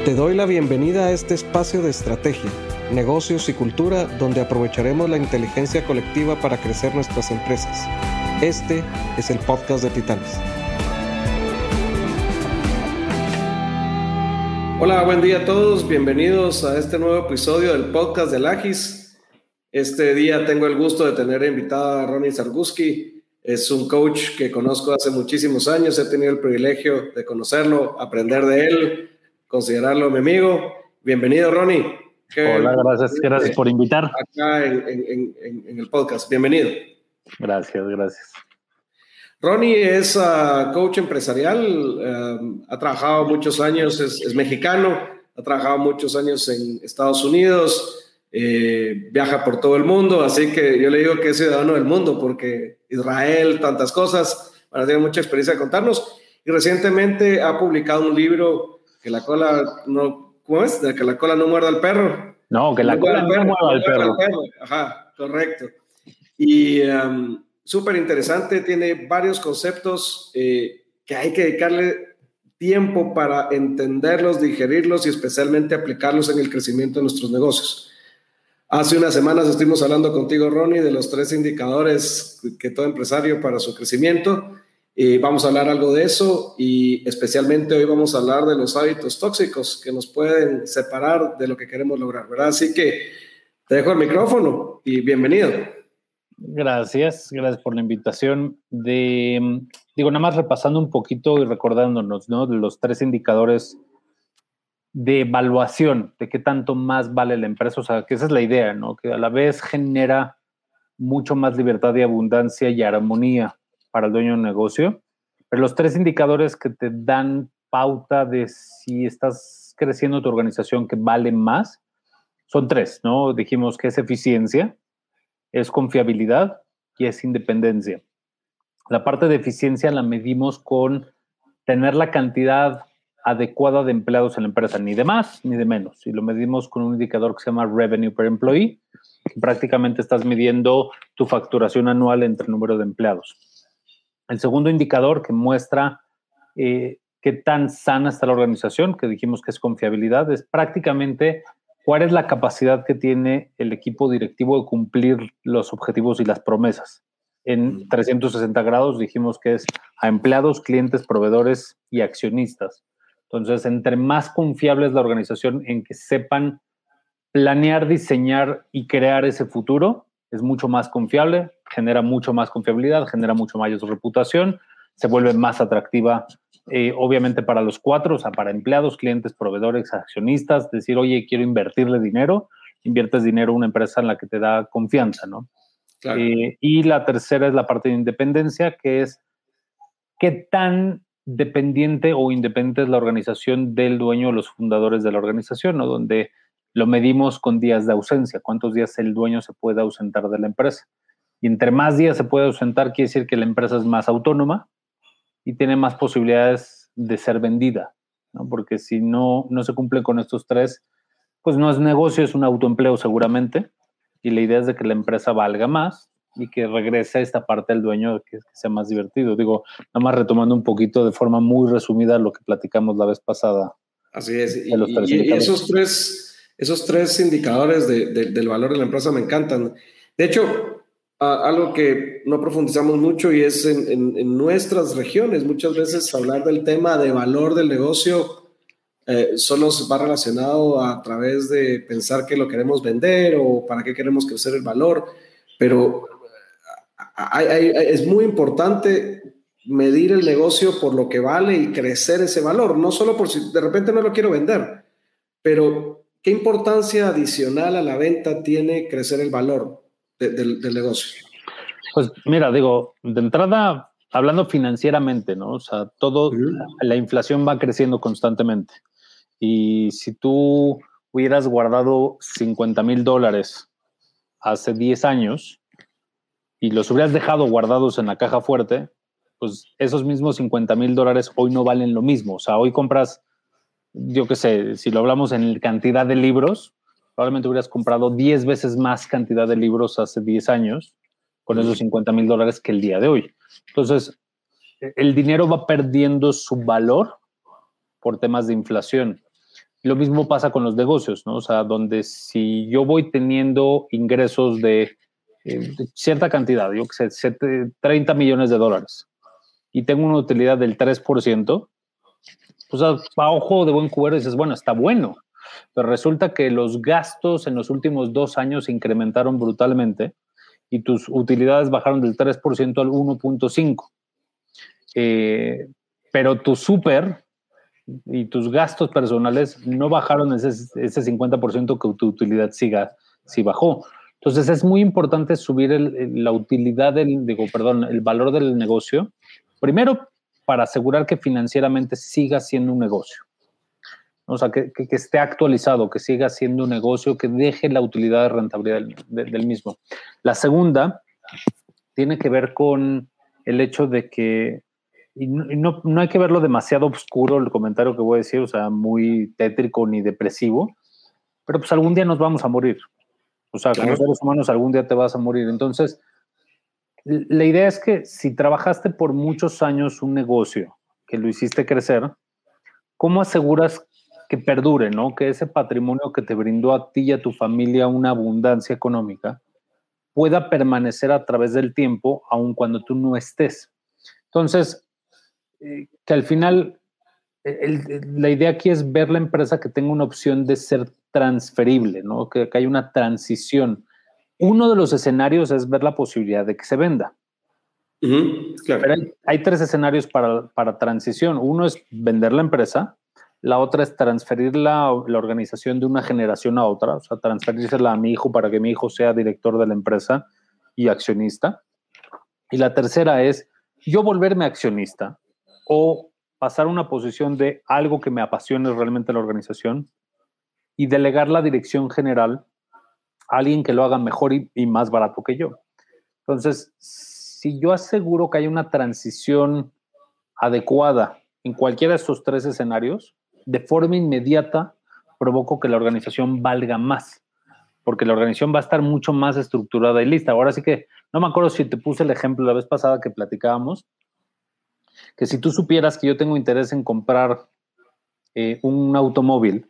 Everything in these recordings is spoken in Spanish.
Te doy la bienvenida a este espacio de estrategia, negocios y cultura donde aprovecharemos la inteligencia colectiva para crecer nuestras empresas. Este es el podcast de Titanes. Hola, buen día a todos. Bienvenidos a este nuevo episodio del podcast del Agis. Este día tengo el gusto de tener invitada a Ronnie Zarguski. Es un coach que conozco hace muchísimos años. He tenido el privilegio de aprender de él, considerarlo mi amigo. Bienvenido, Ronnie. Hola, gracias por invitar. Acá en el podcast. Bienvenido. Gracias. Ronnie es coach empresarial, ha trabajado muchos años, es mexicano, ha trabajado muchos años en Estados Unidos, viaja por todo el mundo, así que yo le digo que es ciudadano del mundo porque Israel, tantas cosas, tiene mucha experiencia de contarnos. Y recientemente ha publicado un libro que la cola no, ¿cómo es? De que la cola no muerda al perro. No, que la cola no muerda al perro. Ajá, correcto. Y súper interesante, tiene varios conceptos que hay que dedicarle tiempo para entenderlos, digerirlos y especialmente aplicarlos en el crecimiento de nuestros negocios. Hace unas semanas estuvimos hablando contigo, Ronnie, de los 3 indicadores que todo empresario para su crecimiento. Vamos a hablar algo de eso y especialmente hoy vamos a hablar de los hábitos tóxicos que nos pueden separar de lo que queremos lograr, ¿verdad? Así que te dejo el micrófono y bienvenido. Gracias por la invitación. Nada más repasando un poquito y recordándonos, ¿no? De los 3 indicadores de evaluación, de qué tanto más vale la empresa, o sea, que esa es la idea, ¿no? Que a la vez genera mucho más libertad y abundancia y armonía para el dueño de un negocio, pero los 3 indicadores que te dan pauta de si estás creciendo tu organización que vale más, son 3, ¿no? Dijimos que es eficiencia, es confiabilidad y es independencia. La parte de eficiencia la medimos con tener la cantidad adecuada de empleados en la empresa, ni de más ni de menos, y lo medimos con un indicador que se llama Revenue per Employee, que prácticamente estás midiendo tu facturación anual entre el número de empleados. El segundo indicador que muestra qué tan sana está la organización, que dijimos que es confiabilidad, es prácticamente cuál es la capacidad que tiene el equipo directivo de cumplir los objetivos y las promesas. En 360 grados dijimos que es a empleados, clientes, proveedores y accionistas. Entonces, entre más confiable es la organización en que sepan planear, diseñar y crear ese futuro, es mucho más confiable, genera mucho más confiabilidad, genera mucho mayor reputación, se vuelve más atractiva, obviamente para los 4, o sea, para empleados, clientes, proveedores, accionistas, decir, oye, quiero invertirle dinero, inviertes dinero en una empresa en la que te da confianza, ¿no? Claro. Y la tercera es la parte de independencia, que es qué tan dependiente o independiente es la organización del dueño o los fundadores de la organización, ¿no? Donde lo medimos con días de ausencia, cuántos días el dueño se puede ausentar de la empresa. Y entre más días se puede ausentar, quiere decir que la empresa es más autónoma y tiene más posibilidades de ser vendida, ¿no? Porque si no se cumple con estos 3, pues no es negocio, es un autoempleo seguramente. Y la idea es de que la empresa valga más y que regrese a esta parte del dueño que sea más divertido. Digo, nada más retomando un poquito de forma muy resumida lo que platicamos la vez pasada. Así es. Y esos tres indicadores del valor de la empresa me encantan. De hecho, algo que no profundizamos mucho y es en nuestras regiones, muchas veces hablar del tema de valor del negocio solo va relacionado a través de pensar que lo queremos vender o para qué queremos crecer el valor, pero es muy importante medir el negocio por lo que vale y crecer ese valor, no solo por si de repente no lo quiero vender, pero ¿qué importancia adicional a la venta tiene crecer el valor del negocio? Pues mira, digo, de entrada, hablando financieramente, ¿no? O sea, la inflación va creciendo constantemente. Y si tú hubieras guardado $50,000 hace 10 años y los hubieras dejado guardados en la caja fuerte, pues esos mismos $50,000 hoy no valen lo mismo. O sea, hoy compras, yo qué sé, si lo hablamos en cantidad de libros, probablemente hubieras comprado 10 veces más cantidad de libros hace 10 años con esos $50,000 que el día de hoy. Entonces, el dinero va perdiendo su valor por temas de inflación. Lo mismo pasa con los negocios, ¿no? O sea, donde si yo voy teniendo ingresos de cierta cantidad, yo que sé, 30 millones de dólares, y tengo una utilidad del 3%, pues a ojo de buen cubero dices, bueno, está bueno. Pero resulta que los gastos en los últimos 2 años se incrementaron brutalmente y tus utilidades bajaron del 3% al 1.5%. Pero tu súper y tus gastos personales no bajaron ese 50% que tu utilidad sí bajó. Entonces es muy importante subir la utilidad el valor del negocio. Primero, para asegurar que financieramente siga siendo un negocio. O sea, que esté actualizado, que siga siendo un negocio, que deje la utilidad de rentabilidad del mismo. La segunda tiene que ver con el hecho de que, y no hay que verlo demasiado oscuro el comentario que voy a decir, o sea, muy tétrico ni depresivo, pero pues algún día nos vamos a morir. O sea, como seres humanos algún día te vas a morir. Entonces, la idea es que si trabajaste por muchos años un negocio, que lo hiciste crecer, ¿cómo aseguras que perdure, ¿no? Que ese patrimonio que te brindó a ti y a tu familia una abundancia económica pueda permanecer a través del tiempo, aun cuando tú no estés. Entonces, que al final, la idea aquí es ver la empresa que tenga una opción de ser transferible, ¿no? Que haya una transición. Uno de los escenarios es ver la posibilidad de que se venda. Claro. Pero hay 3 escenarios para transición. Uno es vender la empresa, la otra es transferir la organización de una generación a otra, o sea, transferírsela a mi hijo para que mi hijo sea director de la empresa y accionista. Y la tercera es yo volverme accionista o pasar a una posición de algo que me apasione realmente la organización y delegar la dirección general a alguien que lo haga mejor y más barato que yo. Entonces, si yo aseguro que hay una transición adecuada en cualquiera de estos 3 escenarios, de forma inmediata provoco que la organización valga más, porque la organización va a estar mucho más estructurada y lista. Ahora sí que, no me acuerdo si te puse el ejemplo la vez pasada que platicábamos, que si tú supieras que yo tengo interés en comprar un automóvil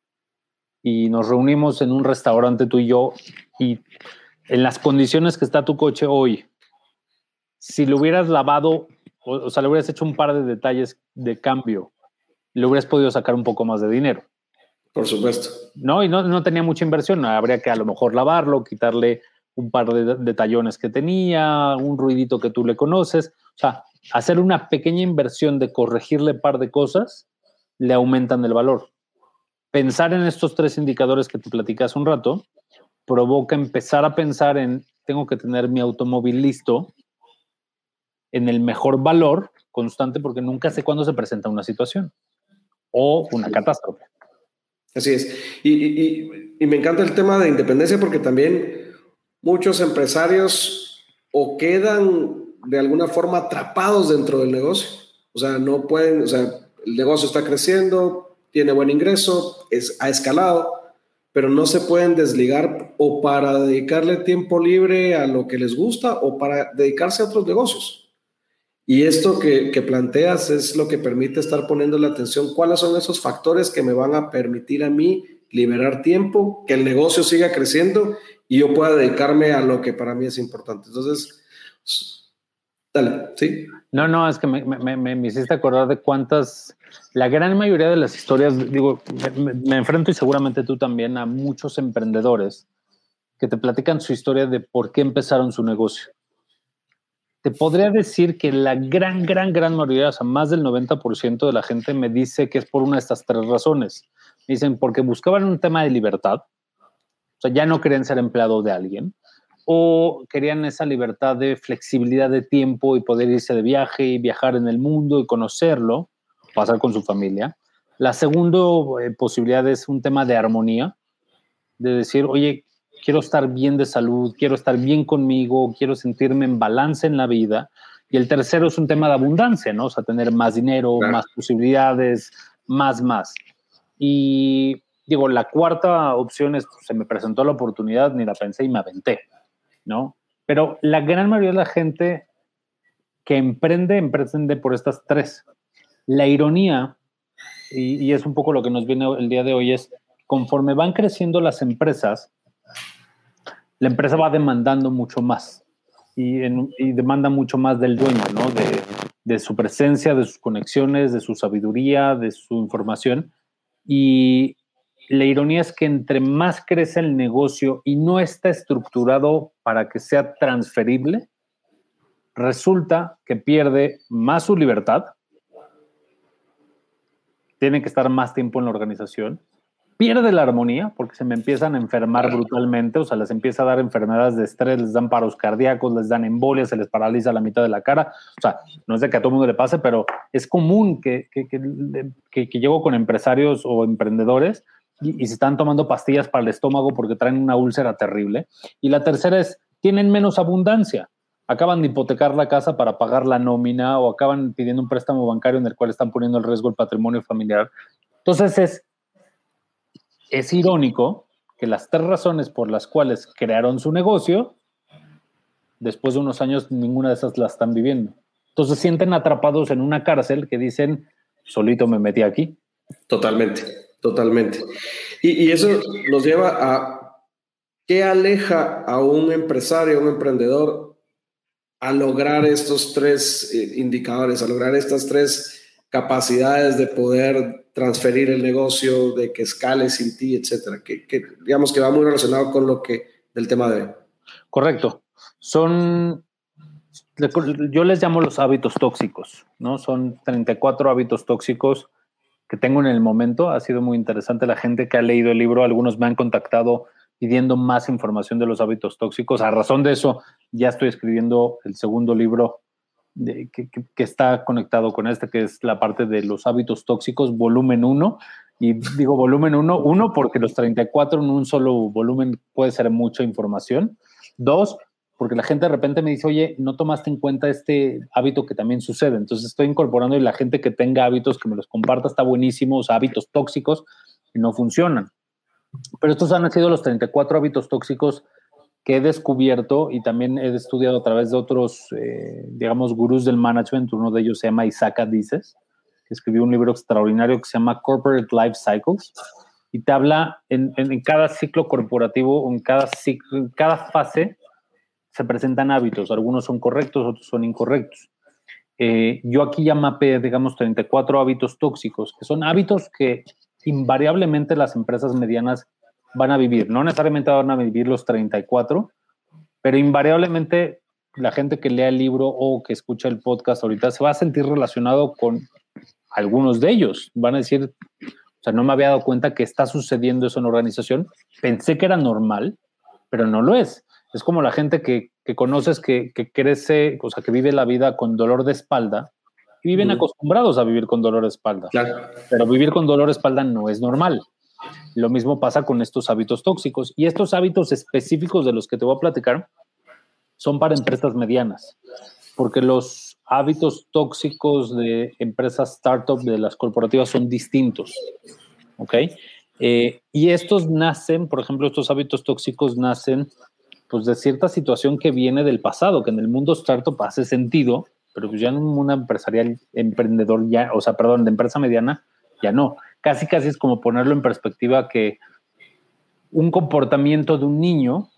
y nos reunimos en un restaurante tú y yo y en las condiciones que está tu coche hoy, si lo hubieras lavado, o sea, le hubieras hecho un par de detalles de cambio, le hubieras podido sacar un poco más de dinero. Por supuesto. No, y no tenía mucha inversión. Habría que a lo mejor lavarlo, quitarle un par de detallones que tenía, un ruidito que tú le conoces. O sea, hacer una pequeña inversión de corregirle un par de cosas le aumentan el valor. Pensar en estos 3 indicadores que te platicas un rato provoca empezar a pensar en tengo que tener mi automóvil listo en el mejor valor constante porque nunca sé cuándo se presenta una situación o una catástrofe. Así es. Y me encanta el tema de independencia porque también muchos empresarios o quedan de alguna forma atrapados dentro del negocio. O sea, no pueden, o sea, el negocio está creciendo, tiene buen ingreso, ha escalado, pero no se pueden desligar o para dedicarle tiempo libre a lo que les gusta o para dedicarse a otros negocios. Y esto que planteas es lo que permite estar poniendo la atención. ¿Cuáles son esos factores que me van a permitir a mí liberar tiempo, que el negocio siga creciendo y yo pueda dedicarme a lo que para mí es importante? Entonces, dale, ¿sí? No, es que me hiciste acordar de la gran mayoría de las historias, digo, me enfrento y seguramente tú también a muchos emprendedores que te platican su historia de por qué empezaron su negocio. Te podría decir que la gran mayoría, o sea, más del 90% de la gente me dice que es por una de estas 3 razones. Me dicen porque buscaban un tema de libertad, o sea, ya no querían ser empleado de alguien, o querían esa libertad de flexibilidad de tiempo y poder irse de viaje y viajar en el mundo y conocerlo, pasar con su familia. La segunda posibilidad es un tema de armonía, de decir, oye, quiero estar bien de salud, quiero estar bien conmigo, quiero sentirme en balance en la vida. Y el tercero es un tema de abundancia, ¿no? O sea, tener más dinero, claro, más posibilidades, más. Y digo, la cuarta opción es, pues, se me presentó la oportunidad, ni la pensé y me aventé, ¿no? Pero la gran mayoría de la gente que emprende por estas 3. La ironía y es un poco lo que nos viene el día de hoy, es conforme van creciendo las empresas, la empresa va demandando mucho más y demanda mucho más del dueño, ¿no? De su presencia, de sus conexiones, de su sabiduría, de su información. Y la ironía es que entre más crece el negocio y no está estructurado para que sea transferible, resulta que pierde más su libertad, tiene que estar más tiempo en la organización, pierde la armonía porque se me empiezan a enfermar brutalmente, o sea, les empieza a dar enfermedades de estrés, les dan paros cardíacos, les dan embolias, se les paraliza la mitad de la cara. O sea, no es de que a todo mundo le pase, pero es común que llego con empresarios o emprendedores y se están tomando pastillas para el estómago porque traen una úlcera terrible. Y la tercera es, tienen menos abundancia. Acaban de hipotecar la casa para pagar la nómina o acaban pidiendo un préstamo bancario en el cual están poniendo en riesgo el patrimonio familiar. Entonces es irónico que las 3 razones por las cuales crearon su negocio, después de unos años ninguna de esas las están viviendo. Entonces se sienten atrapados en una cárcel que dicen, solito me metí aquí. Totalmente. Y eso nos lleva a qué aleja a un empresario, a un emprendedor, a lograr estos 3 indicadores, a lograr estas 3 capacidades de poder transferir el negocio, de que escale sin ti, etcétera, que digamos que va muy relacionado con lo que del tema de hoy. Correcto. Yo les llamo los hábitos tóxicos, ¿no? Son 34 hábitos tóxicos que tengo en el momento. Ha sido muy interesante la gente que ha leído el libro. Algunos me han contactado pidiendo más información de los hábitos tóxicos. A razón de eso, ya estoy escribiendo el segundo libro que está conectado con este, que es la parte de los hábitos tóxicos, volumen 1. Y digo volumen 1 porque los 34 en un solo volumen puede ser mucha información. 2, porque la gente de repente me dice, oye, no tomaste en cuenta este hábito que también sucede. Entonces estoy incorporando y la gente que tenga hábitos, que me los comparta, está buenísimo, o sea, hábitos tóxicos que no funcionan. Pero estos han sido los 34 hábitos tóxicos que he descubierto y también he estudiado a través de otros, digamos, gurús del management. Uno de ellos se llama Isaac Adizes, que escribió un libro extraordinario que se llama Corporate Life Cycles y te habla en cada ciclo corporativo, en cada fase se presentan hábitos. Algunos son correctos, otros son incorrectos. Yo aquí ya mapeé, digamos, 34 hábitos tóxicos, que son hábitos que invariablemente las empresas medianas van a vivir. No necesariamente van a vivir los 34, pero invariablemente la gente que lea el libro o que escucha el podcast ahorita se va a sentir relacionado con algunos de ellos. Van a decir, o sea, no me había dado cuenta que está sucediendo eso en la organización. Pensé que era normal, pero no lo es. Es como la gente que conoces que crece, o sea, que vive la vida con dolor de espalda y viven acostumbrados a vivir con dolor de espalda. Claro. Pero vivir con dolor de espalda no es normal. Lo mismo pasa con estos hábitos tóxicos. Y estos hábitos específicos de los que te voy a platicar son para empresas medianas, porque los hábitos tóxicos de empresas startup, de las corporativas, son distintos. ¿Ok? Y estos nacen, por ejemplo, estos hábitos tóxicos nacen pues de cierta situación que viene del pasado, que en el mundo startup hace sentido, pero pues ya en un mundo empresarial, emprendedor ya, o sea, perdón, de empresa mediana, ya no. Casi es como ponerlo en perspectiva que un comportamiento de un niño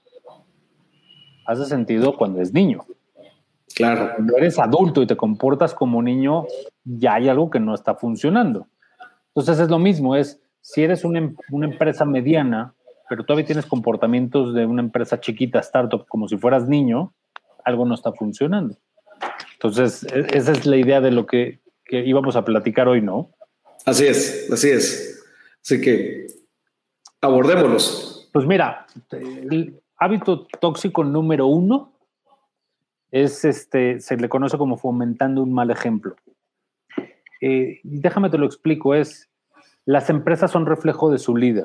hace sentido cuando es niño. Claro. Cuando eres adulto y te comportas como niño, ya hay algo que no está funcionando. Entonces es lo mismo, si eres una empresa mediana, pero todavía tienes comportamientos de una empresa chiquita, startup, como si fueras niño, algo no está funcionando. Entonces, esa es la idea de lo que íbamos a platicar hoy, ¿no? Así es. Así que abordémoslos. Pues mira, el hábito tóxico número 1 es se le conoce como fomentando un mal ejemplo. Déjame te lo explico, las empresas son reflejo de su líder.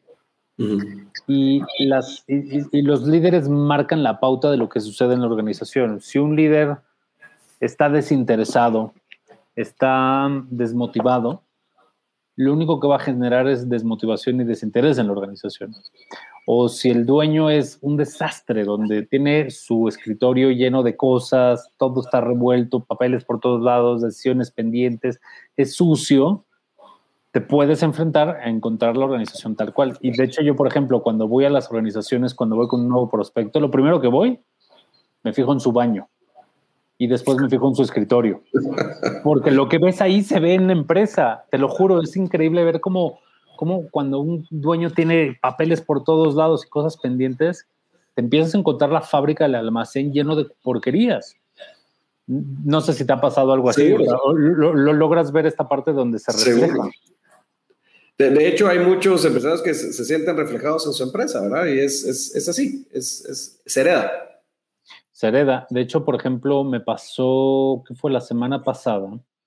Y los líderes marcan la pauta de lo que sucede en la organización. Si un líder está desinteresado, está desmotivado, lo único que va a generar es desmotivación y desinterés en la organización. O si el dueño es un desastre, donde tiene su escritorio lleno de cosas, todo está revuelto, papeles por todos lados, decisiones pendientes, es sucio, te puedes enfrentar a encontrar la organización tal cual. Y de hecho yo, por ejemplo, cuando voy a las organizaciones, cuando voy con un nuevo prospecto, lo primero que voy, me fijo en su baño y después me fijo en su escritorio. Porque lo que ves ahí se ve en la empresa. Te lo juro, es increíble ver cómo cuando un dueño tiene papeles por todos lados y cosas pendientes, te empiezas a encontrar la fábrica, el almacén lleno de porquerías. No sé si te ha pasado algo así. ¿Lo logras ver esta parte donde se refleja? Seguro. De hecho, hay muchos empresarios que se sienten reflejados en su empresa, ¿verdad? Y es así, se hereda. Se hereda. De hecho, por ejemplo, me pasó, que fue la semana pasada,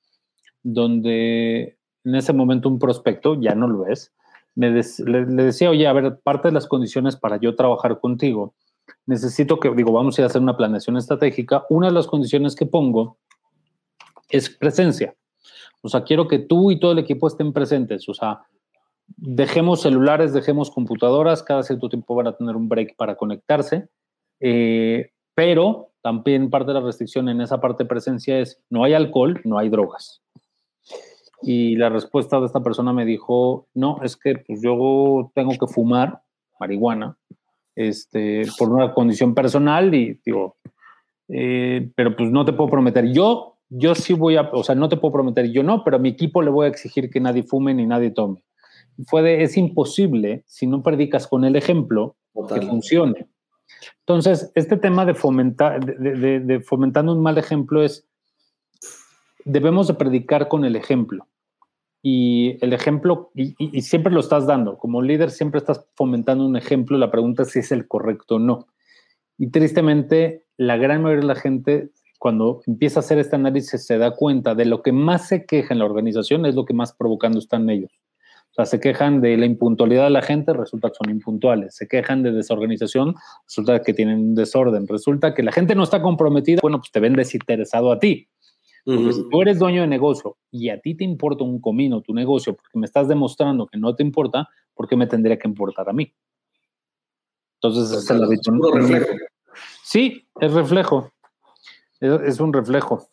donde en ese momento un prospecto, ya no lo es, le decía, oye, a ver, parte de las condiciones para yo trabajar contigo, necesito que, vamos a ir a hacer una planeación estratégica. Una de las condiciones que pongo es presencia. O sea, quiero que tú y todo el equipo estén presentes. O sea, dejemos celulares, dejemos computadoras, cada cierto tiempo van a tener un break para conectarse, pero también parte de la restricción en esa parte de presencia es no hay alcohol, no hay drogas. Y la respuesta de esta persona me dijo, no, es que pues, yo tengo que fumar marihuana por una condición personal y digo, pero pues no te puedo prometer. Yo sí voy a, o sea, no te puedo prometer, yo no, pero a mi equipo le voy a exigir que nadie fume ni nadie tome. Es imposible si no predicas con el ejemplo que funcione. Entonces, este tema de fomentar, de fomentando un mal ejemplo es, debemos de predicar con el ejemplo. Y el ejemplo, y siempre lo estás dando, como líder siempre estás fomentando un ejemplo, la pregunta es si es el correcto o no. Y tristemente, la gran mayoría de la gente, cuando empieza a hacer este análisis, se da cuenta de lo que más se queja en la organización es lo que más provocando están ellos. O sea, se quejan de la impuntualidad de la gente, resulta que son impuntuales. Se quejan de desorganización, resulta que tienen un desorden. Resulta que la gente no está comprometida, bueno, pues te ven desinteresado a ti. Porque si tú eres dueño de negocio y a ti te importa un comino tu negocio porque me estás demostrando que no te importa, ¿por qué me tendría que importar a mí? Entonces, es el hábito. ¿Es un reflejo? Sí, es reflejo. Es un reflejo.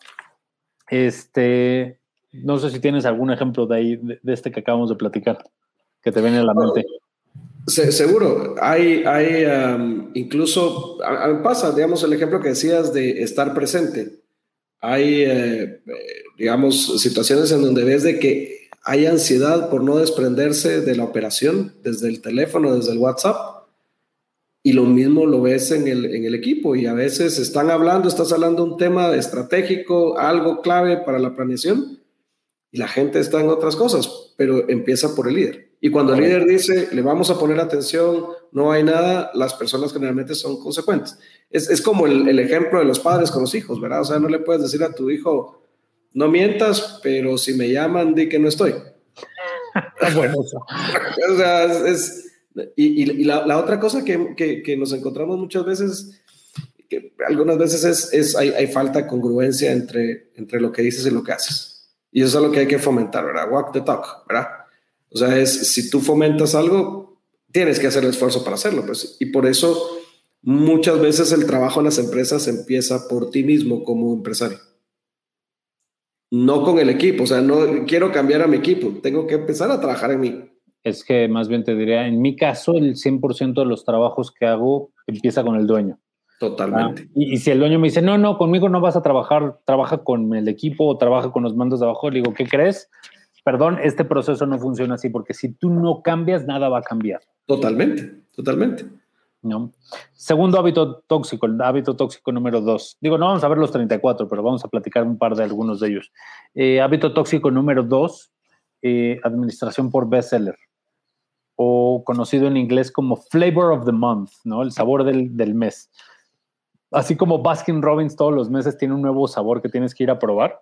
No sé si tienes algún ejemplo de ahí, de este que acabamos de platicar, que te viene a la mente. Seguro. Hay incluso, pasa, digamos, el ejemplo que decías de estar presente. Hay, digamos, situaciones en donde ves de que hay ansiedad por no desprenderse de la operación desde el teléfono, desde el WhatsApp, y lo mismo lo ves en el equipo, y a veces estás hablando de un tema estratégico, algo clave para la planeación, y la gente está en otras cosas, pero empieza por el líder. Y cuando el líder dice, le vamos a poner atención, no hay nada, las personas generalmente son consecuentes. Es como el ejemplo de los padres con los hijos, ¿verdad? O sea, no le puedes decir a tu hijo, no mientas, pero si me llaman, di que no estoy. Bueno, eso. O sea, y la otra cosa que nos encontramos muchas veces, que algunas veces hay falta de congruencia entre lo que dices y lo que haces. Y eso es lo que hay que fomentar, ¿verdad? Walk the talk, ¿verdad? O sea, si tú fomentas algo, tienes que hacer el esfuerzo para hacerlo, pues. Y por eso muchas veces el trabajo en las empresas empieza por ti mismo como empresario. No con el equipo. O sea, no quiero cambiar a mi equipo. Tengo que empezar a trabajar en mí. Es que más bien te diría, en mi caso, el 100% de los trabajos que hago empieza con el dueño. Totalmente. Y si el dueño me dice, no, conmigo no vas a trabajar, trabaja con el equipo o trabaja con los mandos de abajo, le digo, ¿qué crees? Perdón, este proceso no funciona así, porque si tú no cambias, nada va a cambiar. Totalmente. ¿No? Segundo hábito tóxico, el hábito tóxico número 2. No vamos a ver los 34, pero vamos a platicar un par de algunos de ellos. Hábito tóxico número 2, administración por bestseller, o conocido en inglés como flavor of the month, ¿no? El sabor del mes. Así como Baskin Robbins todos los meses tiene un nuevo sabor que tienes que ir a probar.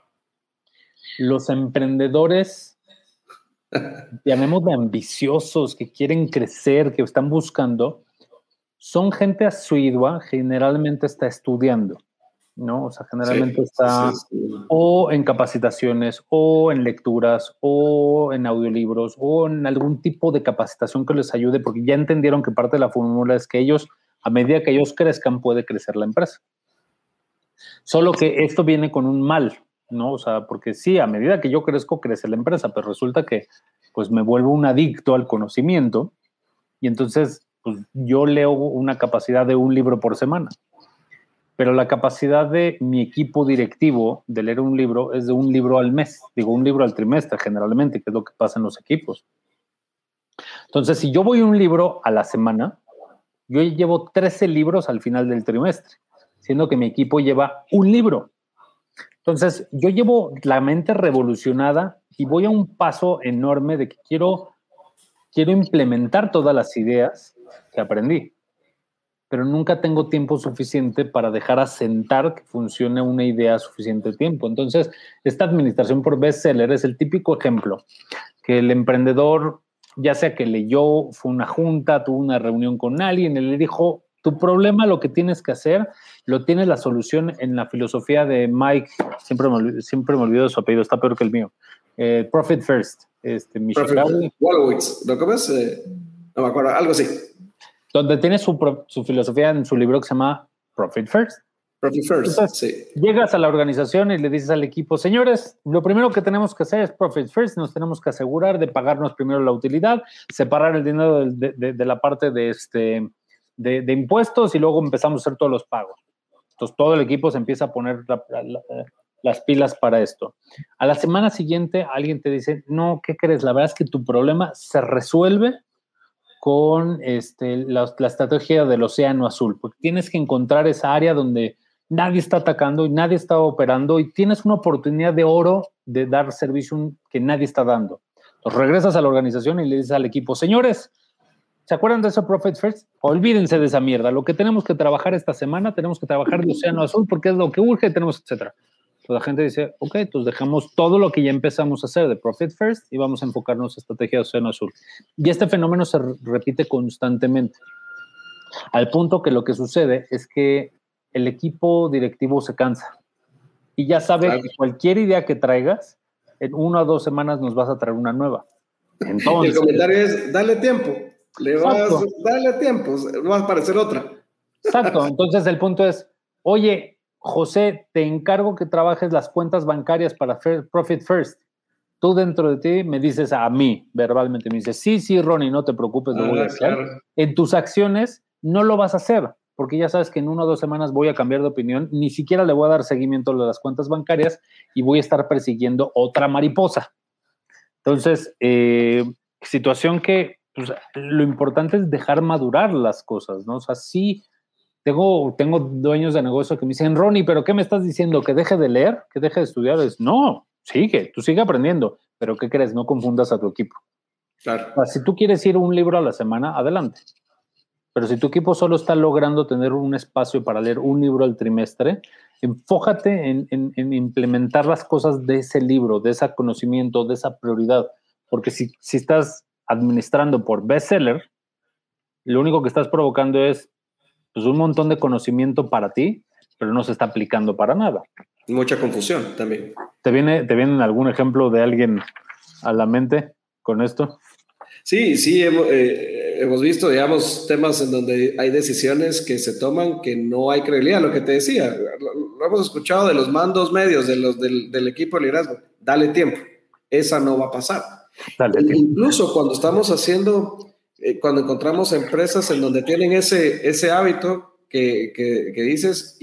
Los emprendedores, llamémosle ambiciosos, que quieren crecer, que están buscando, son gente asidua, generalmente está estudiando, ¿no? O sea, generalmente está o en capacitaciones, o en lecturas, o en audiolibros, o en algún tipo de capacitación que les ayude, porque ya entendieron que parte de la fórmula es que ellos, a medida que ellos crezcan, puede crecer la empresa. Solo que esto viene con un mal, ¿no? O sea, porque sí, a medida que yo crezco, crece la empresa, pero resulta que pues me vuelvo un adicto al conocimiento y entonces pues, yo leo una capacidad de un libro por semana. Pero la capacidad de mi equipo directivo de leer un libro es de un libro al mes, digo, un libro al trimestre generalmente, que es lo que pasa en los equipos. Entonces, si yo voy un libro a la semana, yo llevo 13 libros al final del trimestre, siendo que mi equipo lleva un libro. Entonces, yo llevo la mente revolucionada y voy a un paso enorme de que quiero implementar todas las ideas que aprendí, pero nunca tengo tiempo suficiente para dejar asentar que funcione una idea suficiente tiempo. Entonces, esta administración por bestseller es el típico ejemplo que el emprendedor, ya sea que leyó, fue una junta, tuvo una reunión con alguien y le dijo, tu problema, lo que tienes que hacer, lo tienes la solución en la filosofía de Mike, siempre me olvido de su apellido, está peor que el mío, Profit First. Wolowitz, ¿lo comes? No me acuerdo, algo así. Donde tiene su filosofía en su libro que se llama Profit First. Profit First, entonces, sí. Llegas a la organización y le dices al equipo, señores, lo primero que tenemos que hacer es Profit First, nos tenemos que asegurar de pagarnos primero la utilidad, separar el dinero de la parte de impuestos y luego empezamos a hacer todos los pagos. Entonces todo el equipo se empieza a poner las pilas para esto. A la semana siguiente alguien te dice, no, ¿qué crees? La verdad es que tu problema se resuelve con la estrategia del océano azul, porque tienes que encontrar esa área donde nadie está atacando y nadie está operando y tienes una oportunidad de oro de dar servicio que nadie está dando. Entonces regresas a la organización y le dices al equipo, señores, ¿se acuerdan de eso Profit First? Olvídense de esa mierda. Lo que tenemos que trabajar esta semana, tenemos que trabajar de océano azul porque es lo que urge, tenemos, etcétera. Entonces la gente dice, ok, entonces dejamos todo lo que ya empezamos a hacer de Profit First y vamos a enfocarnos en estrategia de océano azul. Y este fenómeno se repite constantemente. Al punto que lo que sucede es que el equipo directivo se cansa y ya sabe que cualquier idea que traigas, en 1 o 2 semanas nos vas a traer una nueva. Entonces, el comentario es, dale tiempo. Dale tiempo, va a aparecer otra. Exacto. Entonces el punto es, oye, José, te encargo que trabajes las cuentas bancarias para Profit First. Tú dentro de ti me dices a mí, verbalmente, me dices, sí, Ronnie, no te preocupes, lo voy a hacer. Claro. En tus acciones no lo vas a hacer, porque ya sabes que en 1 o 2 semanas voy a cambiar de opinión, ni siquiera le voy a dar seguimiento a las cuentas bancarias y voy a estar persiguiendo otra mariposa. Entonces, situación que pues, lo importante es dejar madurar las cosas, ¿no? O sea, sí, tengo dueños de negocio que me dicen, Ronnie, ¿pero qué me estás diciendo? ¿Que deje de leer? ¿Que deje de estudiar? No, tú sigue aprendiendo, pero ¿qué crees? No confundas a tu equipo. Claro. O sea, si tú quieres ir un libro a la semana, adelante. Pero si tu equipo solo está logrando tener un espacio para leer un libro al trimestre, enfócate en implementar las cosas de ese libro, de ese conocimiento, de esa prioridad. Porque si estás administrando por bestseller, lo único que estás provocando es pues, un montón de conocimiento para ti, pero no se está aplicando para nada. Mucha confusión también. ¿Te viene algún ejemplo de alguien a la mente con esto? Sí, hemos visto, digamos, temas en donde hay decisiones que se toman que no hay credibilidad, lo que te decía, lo hemos escuchado de los mandos medios, del equipo de liderazgo, dale tiempo, esa no va a pasar. Incluso cuando estamos haciendo, cuando encontramos empresas en donde tienen ese hábito que dices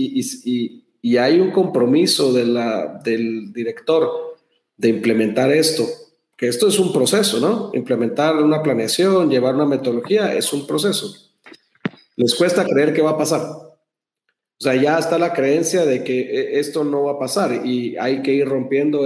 y hay un compromiso del director de implementar esto, que esto es un proceso, ¿no? Implementar una planeación, llevar una metodología, es un proceso. Les cuesta creer que va a pasar. O sea, ya está la creencia de que esto no va a pasar y hay que ir rompiendo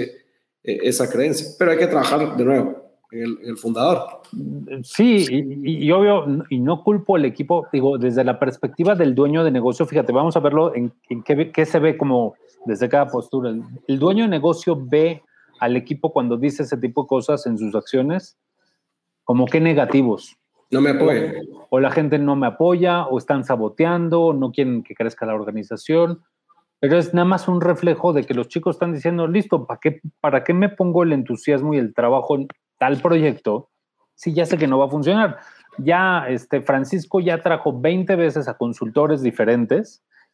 esa creencia. Pero hay que trabajar de nuevo en el fundador. Sí, y obvio, y no culpo al equipo, digo, desde la perspectiva del dueño de negocio, fíjate, vamos a verlo en qué se ve como desde cada postura. El dueño de negocio ve al equipo cuando dice ese tipo de cosas en sus acciones, como que negativos. No me apoyan. O la gente no me apoya, o están saboteando, o no quieren que crezca la organización, pero es nada más un reflejo de que los chicos están diciendo, listo, ¿para qué me pongo el entusiasmo y el trabajo en tal proyecto si ya sé que no va a funcionar? Ya Francisco ya trajo 20 veces a consultores diferentes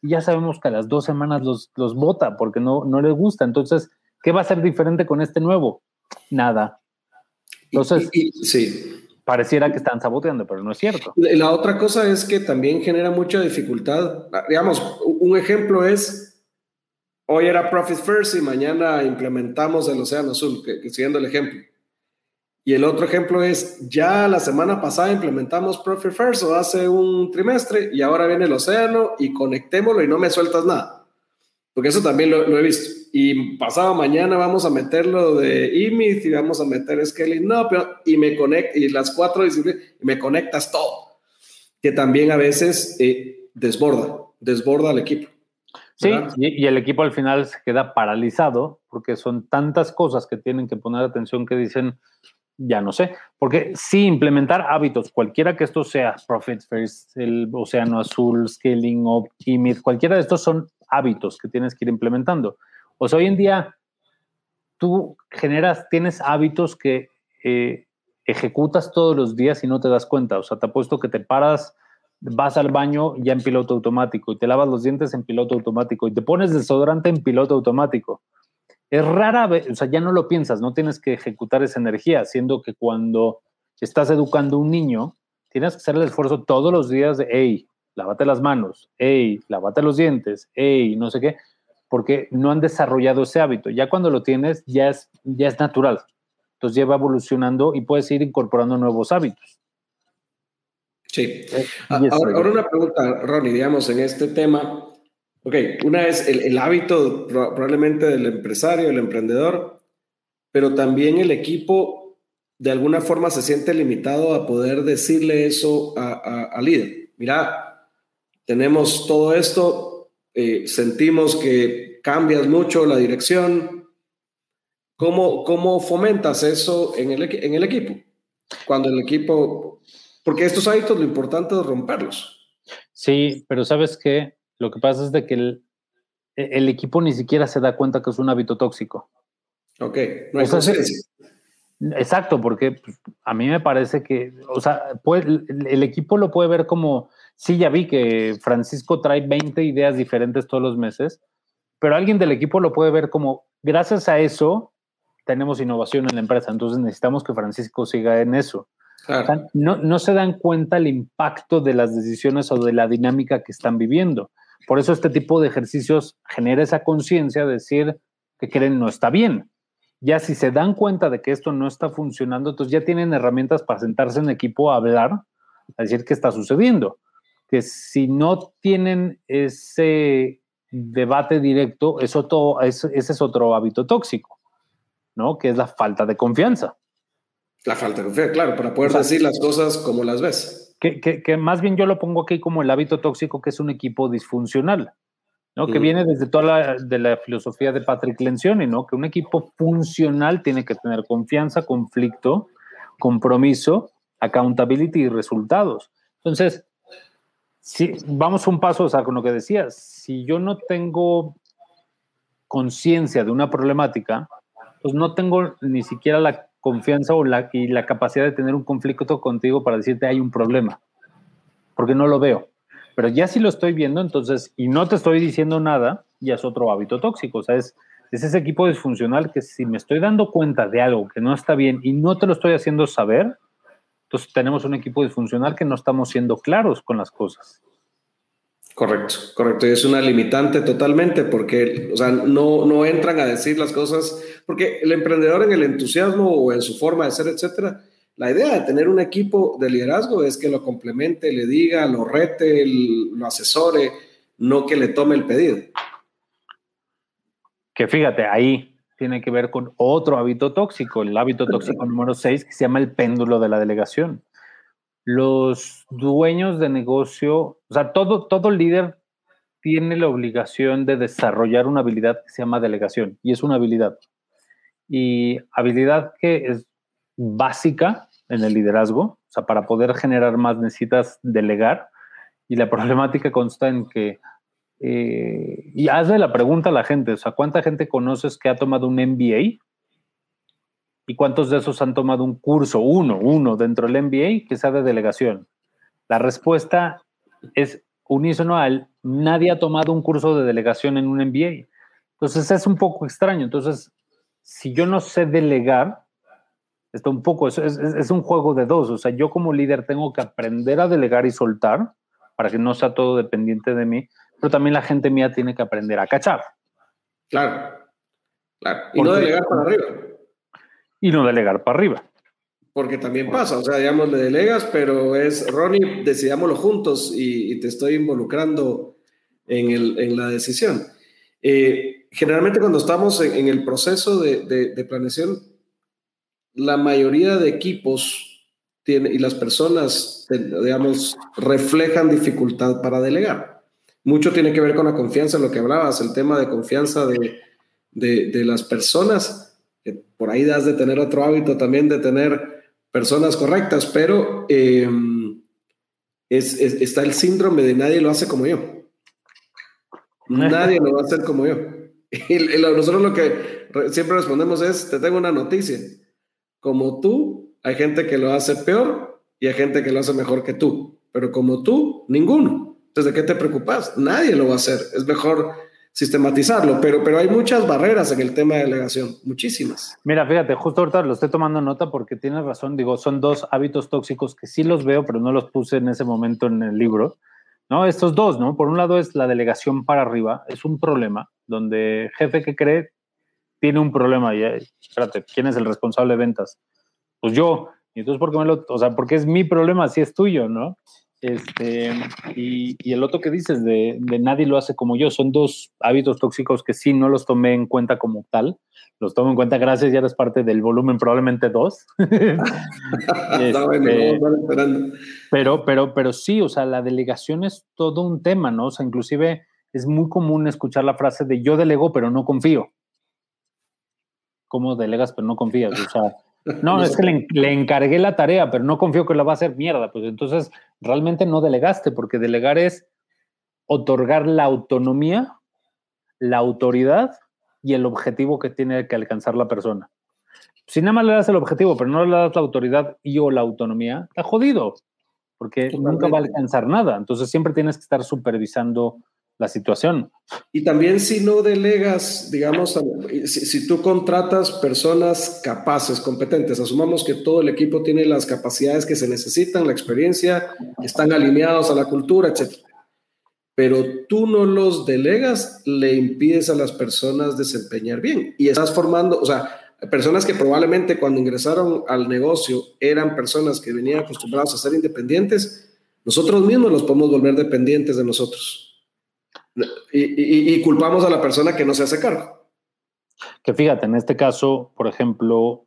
y ya sabemos que a las 2 semanas los bota porque no les gusta. Entonces, ¿qué va a ser diferente con este nuevo? Nada. Entonces, sí. Pareciera que están saboteando, pero no es cierto. La otra cosa es que también genera mucha dificultad. Digamos, un ejemplo es, hoy era Profit First y mañana implementamos el Océano Azul, siguiendo el ejemplo. Y el otro ejemplo es, ya la semana pasada implementamos Profit First o hace un trimestre y ahora viene el Océano y conectémoslo y no me sueltas nada. Porque eso también lo he visto. Y pasado mañana vamos a meterlo de EMIT y vamos a meter Scaling Up y me conecta, y las 4 disciplinas, y me conectas todo. Que también a veces desborda al equipo. ¿Verdad? Sí, y el equipo al final se queda paralizado porque son tantas cosas que tienen que poner atención que dicen, ya no sé. Porque sí, implementar hábitos, cualquiera que esto sea, Profit First, el Océano Azul, Scaling Up, EMIT, cualquiera de estos son hábitos que tienes que ir implementando. O sea, hoy en día tú tienes hábitos que ejecutas todos los días y no te das cuenta. O sea, te apuesto que te paras, vas al baño ya en piloto automático y te lavas los dientes en piloto automático y te pones desodorante en piloto automático. Es rara vez, o sea, ya no lo piensas, no tienes que ejecutar esa energía, siendo que cuando estás educando a un niño, tienes que hacer el esfuerzo todos los días de, hey, lávate las manos, hey, lávate los dientes, hey, no sé qué, porque no han desarrollado ese hábito. Ya cuando lo tienes, ya es natural. Entonces ya va evolucionando y puedes ir incorporando nuevos hábitos. Sí. Ahora una pregunta, Ronnie, digamos, en este tema. Ok, una es el hábito probablemente del empresario, el emprendedor, pero también el equipo de alguna forma se siente limitado a poder decirle eso al líder. Mira, tenemos todo esto, sentimos que cambias mucho la dirección. ¿Cómo fomentas eso en el equipo? Cuando el equipo, porque estos hábitos lo importante es romperlos. Sí, pero ¿sabes qué? Lo que pasa es de que el equipo ni siquiera se da cuenta que es un hábito tóxico. Ok, no hay conciencia. Exacto, porque a mí me parece que, o sea, el equipo lo puede ver como, sí, ya vi que Francisco trae 20 ideas diferentes todos los meses, pero alguien del equipo lo puede ver como, gracias a eso, tenemos innovación en la empresa, entonces necesitamos que Francisco siga en eso. Claro. O sea, no se dan cuenta el impacto de las decisiones o de la dinámica que están viviendo. Por eso este tipo de ejercicios genera esa conciencia de decir que creen no está bien. Ya si se dan cuenta de que esto no está funcionando, entonces ya tienen herramientas para sentarse en equipo a hablar, a decir qué está sucediendo. Que si no tienen ese debate directo, ese es otro hábito tóxico, ¿no? Que es la falta de confianza. La falta de confianza, claro, para poder decir las cosas como las ves. Que más bien yo lo pongo aquí como el hábito tóxico, que es un equipo disfuncional, ¿no? Que viene desde toda la filosofía de Patrick Lencioni, ¿no? Que un equipo funcional tiene que tener confianza, conflicto, compromiso, accountability y resultados. Entonces, si vamos un paso, o sea, con lo que decías, si yo no tengo conciencia de una problemática, pues no tengo ni siquiera la confianza y la capacidad de tener un conflicto contigo para decirte hay un problema, porque no lo veo. Pero ya si lo estoy viendo, entonces, y no te estoy diciendo nada, ya es otro hábito tóxico. O sea, es ese equipo disfuncional que si me estoy dando cuenta de algo que no está bien y no te lo estoy haciendo saber, entonces tenemos un equipo disfuncional que no estamos siendo claros con las cosas. Correcto. Y es una limitante totalmente porque, o sea, no entran a decir las cosas, porque el emprendedor en el entusiasmo o en su forma de ser, etcétera, la idea de tener un equipo de liderazgo es que lo complemente, le diga, lo rete, lo asesore, no que le tome el pedido. Que fíjate, ahí tiene que ver con otro hábito tóxico, el hábito tóxico número 6, que se llama el péndulo de la delegación. Los dueños de negocio, o sea, todo líder tiene la obligación de desarrollar una habilidad que se llama delegación, y es una habilidad. Y habilidad que es básica en el liderazgo, o sea, para poder generar más necesitas delegar, y la problemática consta en que, y hazle la pregunta a la gente, o sea, ¿cuánta gente conoces que ha tomado un MBA? ¿Y cuántos de esos han tomado un curso, uno dentro del MBA que sea de delegación? La respuesta es unísono al Nadie ha tomado un curso de delegación en un MBA. Entonces es un poco extraño. Entonces, si yo no sé delegar, está un poco, es un juego de dos. O sea, yo como líder tengo que aprender a delegar y soltar para que no sea todo dependiente de mí, pero también la gente mía tiene que aprender a cachar. Claro. Y no delegar para arriba. Y no delegar para arriba. Porque también pasa, o sea, digamos, le delegas, pero es, Ronnie, decidámoslo juntos y te estoy involucrando en la decisión. Generalmente cuando estamos en el proceso de planeación, la mayoría de equipos y las personas, digamos, reflejan dificultad para delegar. Mucho tiene que ver con la confianza, lo que hablabas, el tema de confianza de las personas, que por ahí das de tener otro hábito también de tener personas correctas, pero está el síndrome de nadie lo hace como yo. Nadie lo va a hacer como yo. Y nosotros lo que siempre respondemos es, te tengo una noticia. Como tú, hay gente que lo hace peor y hay gente que lo hace mejor que tú. Pero como tú, ninguno. Entonces, ¿de qué te preocupas? Nadie lo va a hacer. Es mejor sistematizarlo, pero hay muchas barreras en el tema de delegación, muchísimas. Mira, fíjate, justo ahorita lo estoy tomando nota porque tienes razón, digo, son dos hábitos tóxicos que sí los veo, pero no los puse en ese momento en el libro, ¿no? Estos dos, ¿no? Por un lado es la delegación para arriba, es un problema, donde jefe que cree tiene un problema y, espérate, ¿quién es el responsable de ventas? Pues yo, y entonces, ¿por qué porque es mi problema, si es tuyo, ¿no? Y el otro que dices de nadie lo hace como yo, son dos hábitos tóxicos que sí no los tomé en cuenta como tal, los tomo en cuenta gracias, ya eres parte del volumen probablemente 2. Está bueno, vamos esperando. Pero sí, o sea, la delegación es todo un tema, ¿no? O sea, inclusive es muy común escuchar la frase de yo delego pero no confío. ¿Cómo delegas pero no confías? O sea, no, es que le encargué la tarea, pero no confío que la va a hacer mierda. Pues entonces realmente no delegaste, porque delegar es otorgar la autonomía, la autoridad y el objetivo que tiene que alcanzar la persona. Si nada más le das el objetivo, pero no le das la autoridad y o la autonomía, está jodido, porque nunca va a alcanzar nada. Entonces siempre tienes que estar supervisando la situación. Y también si no delegas, digamos, si tú contratas personas capaces, competentes, asumamos que todo el equipo tiene las capacidades que se necesitan, la experiencia, están alineados a la cultura, etc. Pero tú no los delegas, le impides a las personas desempeñar bien. Y estás formando, o sea, personas que probablemente cuando ingresaron al negocio eran personas que venían acostumbradas a ser independientes, nosotros mismos los podemos volver dependientes de nosotros. Y culpamos a la persona que no se hace cargo. Que fíjate, en este caso, por ejemplo,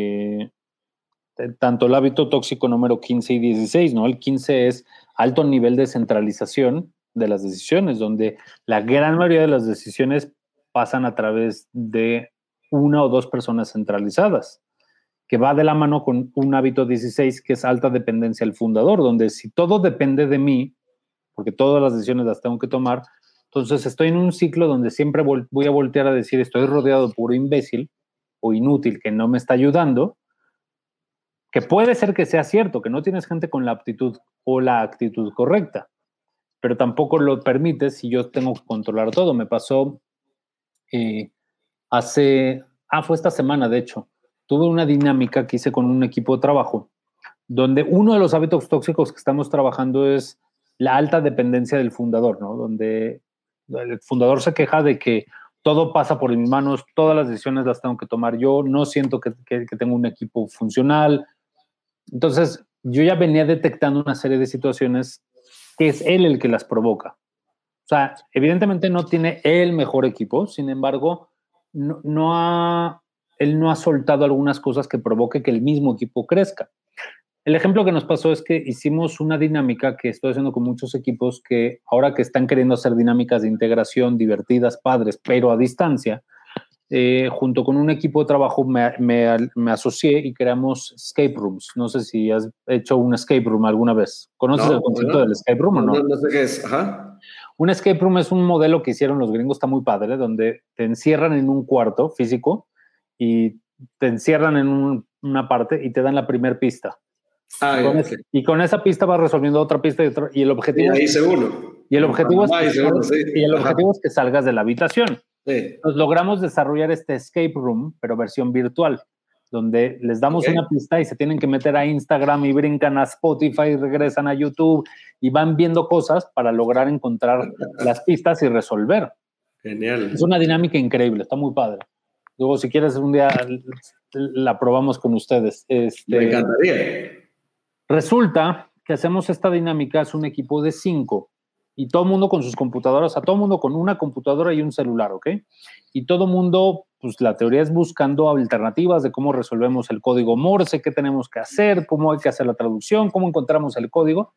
tanto el hábito tóxico número 15 y 16, ¿no? El 15 es alto nivel de centralización de las decisiones, donde la gran mayoría de las decisiones pasan a través de una o dos personas centralizadas, que va de la mano con un hábito 16, que es alta dependencia al fundador, donde si todo depende de mí, porque todas las decisiones las tengo que tomar, entonces estoy en un ciclo donde siempre voy a voltear a decir estoy rodeado de puro imbécil o inútil que no me está ayudando, que puede ser que sea cierto, que no tienes gente con la aptitud o la actitud correcta, pero tampoco lo permites si yo tengo que controlar todo. Me pasó fue esta semana, de hecho, tuve una dinámica que hice con un equipo de trabajo, donde uno de los hábitos tóxicos que estamos trabajando es la alta dependencia del fundador, ¿no? Donde el fundador se queja de que todo pasa por mis manos, todas las decisiones las tengo que tomar yo, no siento que tengo un equipo funcional. Entonces, yo ya venía detectando una serie de situaciones que es él el que las provoca. O sea, evidentemente no tiene el mejor equipo, sin embargo, él no ha soltado algunas cosas que provoque que el mismo equipo crezca. El ejemplo que nos pasó es que hicimos una dinámica que estoy haciendo con muchos equipos que ahora que están queriendo hacer dinámicas de integración divertidas, padres, pero a distancia, junto con un equipo de trabajo me asocié y creamos escape rooms. No sé si has hecho un escape room alguna vez. ¿Conoces el concepto del escape room o no? No sé qué es. Ajá. Un escape room es un modelo que hicieron los gringos, está muy padre, donde te encierran en un cuarto físico y te encierran en una parte y te dan la primer pista. Y con esa pista vas resolviendo otra pista y el objetivo. Y ahí seguro. Y el objetivo, es que salgas de la habitación. Sí. Entonces, logramos desarrollar este escape room, pero versión virtual, donde les damos una pista y se tienen que meter a Instagram y brincan a Spotify y regresan a YouTube y van viendo cosas para lograr encontrar las pistas y resolver. Genial. Es una dinámica increíble, está muy padre. Luego, si quieres, un día la probamos con ustedes. Me encantaría. Resulta que hacemos esta dinámica, es un equipo de 5 y todo el mundo con sus computadoras, todo el mundo con una computadora y un celular, ¿ok? Y todo el mundo, pues la teoría es buscando alternativas de cómo resolvemos el código Morse, qué tenemos que hacer, cómo hay que hacer la traducción, cómo encontramos el código.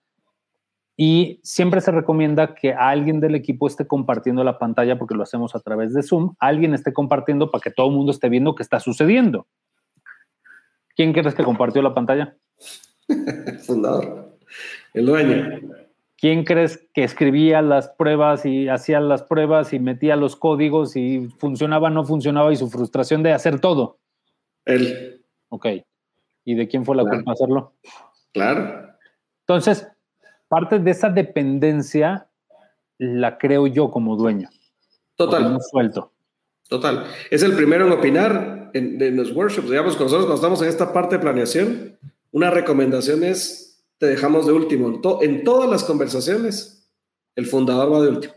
Y siempre se recomienda que alguien del equipo esté compartiendo la pantalla, porque lo hacemos a través de Zoom, alguien esté compartiendo para que todo el mundo esté viendo qué está sucediendo. ¿Quién crees que compartió la pantalla? Fundador, el dueño. ¿Quién crees que escribía las pruebas y hacía las pruebas y metía los códigos y funcionaba, no funcionaba y su frustración de hacer todo? Él. Ok. ¿Y de quién fue la culpa hacerlo? Claro. Entonces, parte de esa dependencia la creo yo como dueño. Total. No suelto. Total. Es el primero en opinar en los workshops. Digamos, con nosotros cuando estamos en esta parte de planeación, una recomendación es: te dejamos de último. En todas las conversaciones, el fundador va de último.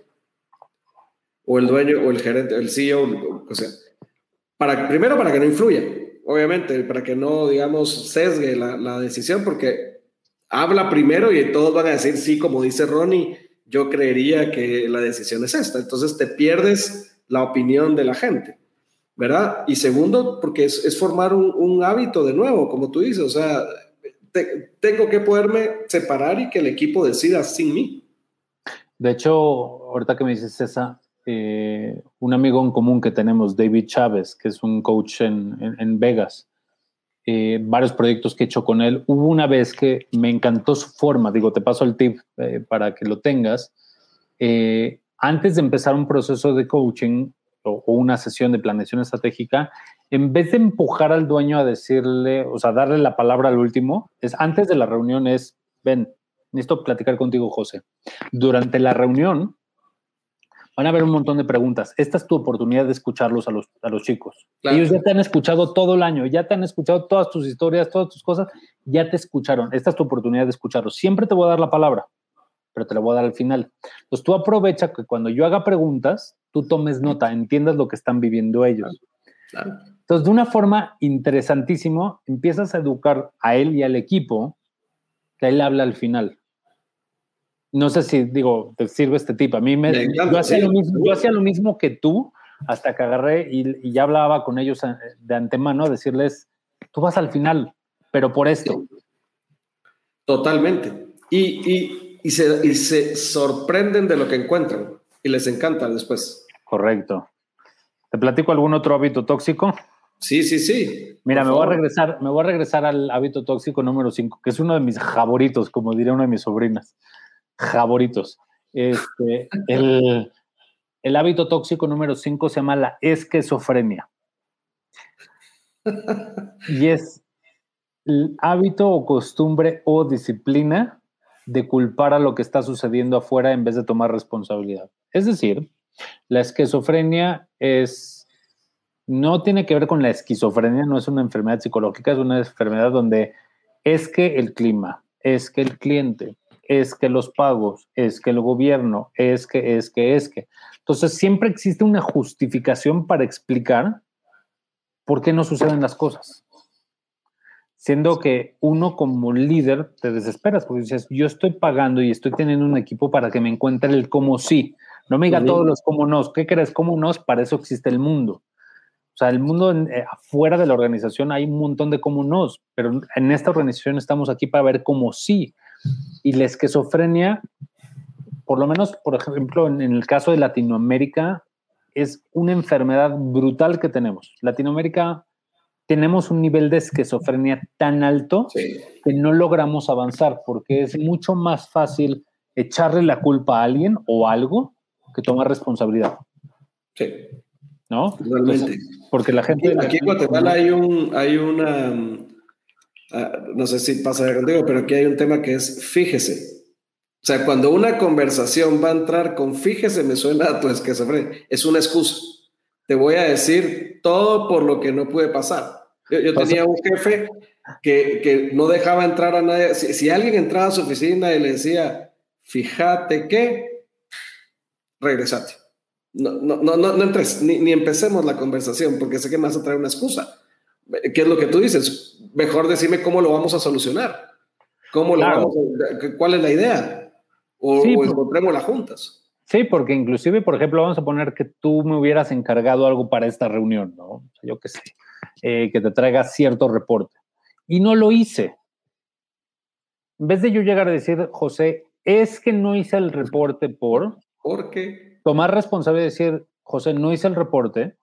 O el dueño, o el gerente, el CEO, o sea. Primero, para que no influya, obviamente, para que no, digamos, sesgue la decisión, porque habla primero y todos van a decir, sí, como dice Ronnie, yo creería que la decisión es esta. Entonces te pierdes la opinión de la gente, ¿verdad? Y segundo, porque es formar un hábito de nuevo, como tú dices, o sea, tengo que poderme separar y que el equipo decida sin mí. De hecho, ahorita que me dices esa, un amigo en común que tenemos, David Chávez, que es un coach en Vegas, varios proyectos que he hecho con él. Hubo una vez que me encantó su forma, digo, te paso el tip para que lo tengas. Antes de empezar un proceso de coaching o una sesión de planeación estratégica, en vez de empujar al dueño a decirle, o sea, darle la palabra al último, antes de la reunión ven, necesito platicar contigo, José. Durante la reunión van a haber un montón de preguntas. Esta es tu oportunidad de escucharlos a los chicos. Claro. Ellos ya te han escuchado todo el año, ya te han escuchado todas tus historias, todas tus cosas, ya te escucharon. Esta es tu oportunidad de escucharlos. Siempre te voy a dar la palabra, pero te la voy a dar al final. Entonces tú aprovecha que cuando yo haga preguntas, tú tomes nota, entiendas lo que están viviendo ellos. Claro. Entonces, de una forma interesantísima, empiezas a educar a él y al equipo que él habla al final. No sé si, te sirve este tip. A mí yo hacía lo mismo que tú, hasta que agarré y ya hablaba con ellos de antemano, decirles, tú vas al final, pero por esto. Totalmente. Y se sorprenden de lo que encuentran y les encanta después. Correcto. ¿Te platico algún otro hábito tóxico? Sí. Mira, me voy a regresar al hábito tóxico número 5, que es uno de mis favoritos, como diría una de mis sobrinas. Favoritos. El hábito tóxico número 5 se llama la esquizofrenia. Y es el hábito o costumbre o disciplina de culpar a lo que está sucediendo afuera en vez de tomar responsabilidad. Es decir, la esquizofrenia no tiene que ver con la esquizofrenia, no es una enfermedad psicológica, es una enfermedad donde es que el clima, es que el cliente, es que los pagos, es que el gobierno, es que. Entonces, siempre existe una justificación para explicar por qué no suceden las cosas. Siendo que uno como líder te desesperas porque dices, yo estoy pagando y estoy teniendo un equipo para que me encuentre el cómo sí. No me diga todos los cómo nos. ¿Qué crees? ¿Cómo nos? Para eso existe el mundo. O sea, el mundo afuera de la organización hay un montón de cómo nos, pero en esta organización estamos aquí para ver cómo sí. Y la esquizofrenia, por lo menos, por ejemplo, en el caso de Latinoamérica, es una enfermedad brutal que tenemos. Latinoamérica tenemos un nivel de esquizofrenia tan alto que no logramos avanzar porque es mucho más fácil echarle la culpa a alguien o algo que tomar responsabilidad. Sí. ¿No? Realmente. Entonces, porque la gente... Aquí en Guatemala hay una... no sé si pasa contigo, pero aquí hay un tema que es fíjese. O sea, cuando una conversación va a entrar con fíjese, me suena a tu esquizofrenia, es una excusa. Te voy a decir todo por lo que no pude pasar. Yo tenía un jefe que no dejaba entrar a nadie. Si alguien entraba a su oficina y le decía, fíjate que, regresate. No entres, ni empecemos la conversación, porque sé que me vas a traer una excusa. ¿Qué es lo que tú dices? Mejor decime cómo lo vamos a solucionar. ¿Cuál es la idea? O encontrémosla juntas. Sí, porque inclusive, por ejemplo, vamos a poner que tú me hubieras encargado algo para esta reunión, ¿no? O sea, yo qué sé, que te traiga cierto reporte. Y no lo hice. En vez de yo llegar a decir, José, es que no hice el reporte por... ¿Por qué? Tomar responsabilidad y decir, José, no hice el reporte,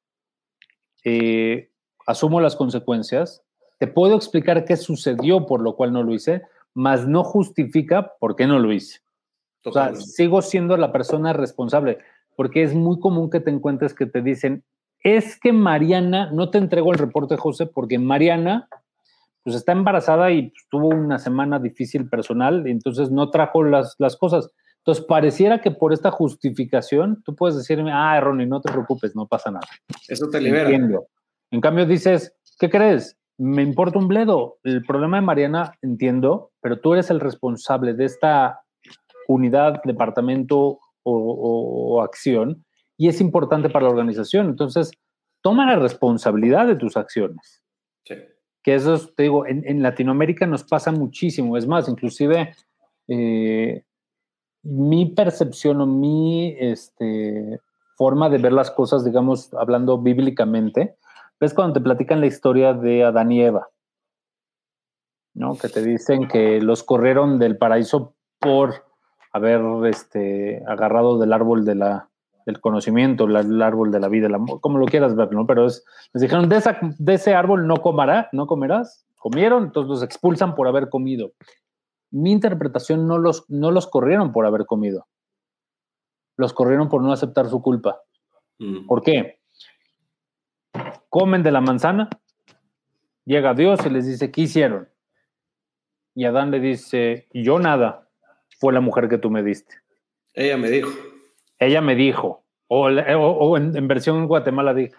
asumo las consecuencias, te puedo explicar qué sucedió por lo cual no lo hice, mas no justifica por qué no lo hice. Totalmente. O sea, sigo siendo la persona responsable, porque es muy común que te encuentres que te dicen, es que Mariana, no te entregó el reporte, José, porque Mariana pues está embarazada y pues, tuvo una semana difícil personal, y entonces no trajo las cosas. Entonces, pareciera que por esta justificación tú puedes decirme, Ronnie, no te preocupes, no pasa nada. Eso te libera. Entiendo. En cambio dices, ¿qué crees? Me importa un bledo. El problema de Mariana, entiendo, pero tú eres el responsable de esta unidad, departamento o acción, y es importante para la organización. Entonces, toma la responsabilidad de tus acciones. Sí. Que eso, te digo, en Latinoamérica nos pasa muchísimo. Es más, inclusive mi percepción o mi forma de ver las cosas, digamos, hablando bíblicamente, ves cuando te platican la historia de Adán y Eva, ¿no? Que te dicen que los corrieron del paraíso por haber agarrado del árbol del conocimiento, el árbol de la vida, el amor, como lo quieras ver, ¿no? Pero les dijeron, de ese árbol no comerás. Comieron, entonces los expulsan por haber comido. Mi interpretación, no los corrieron por haber comido. Los corrieron por no aceptar su culpa. ¿Por qué? Comen de la manzana, llega Dios y les dice, ¿qué hicieron? Y Adán le dice, yo nada, fue la mujer que tú me diste. Ella me dijo. Ella me dijo. O en versión Guatemala dice,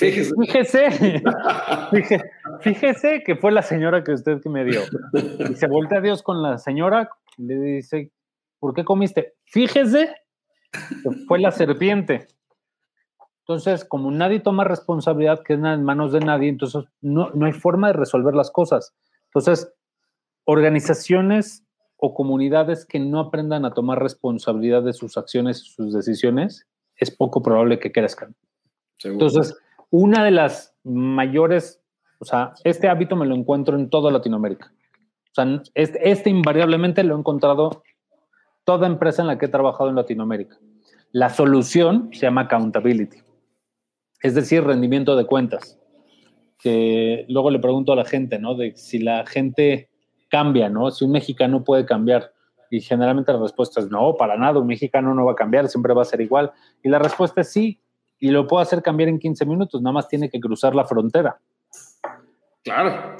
fíjese que fue la señora que usted que me dio. Y se voltea a Dios con la señora y le dice, ¿por qué comiste? Fíjese que fue la serpiente. Entonces, como nadie toma responsabilidad, queda en manos de nadie, entonces no hay forma de resolver las cosas. Entonces, organizaciones o comunidades que no aprendan a tomar responsabilidad de sus acciones y sus decisiones, es poco probable que crezcan. Seguro. Entonces, una de las mayores, o sea, este hábito me lo encuentro en toda Latinoamérica. O sea, invariablemente lo he encontrado toda empresa en la que he trabajado en Latinoamérica. La solución se llama accountability, es decir, rendimiento de cuentas. Que luego le pregunto a la gente, ¿no? De si la gente cambia, ¿no? Si un mexicano puede cambiar. Y generalmente la respuesta es no, para nada, un mexicano no va a cambiar, siempre va a ser igual. Y la respuesta es sí, y lo puedo hacer cambiar en 15 minutos, nada más tiene que cruzar la frontera. Claro.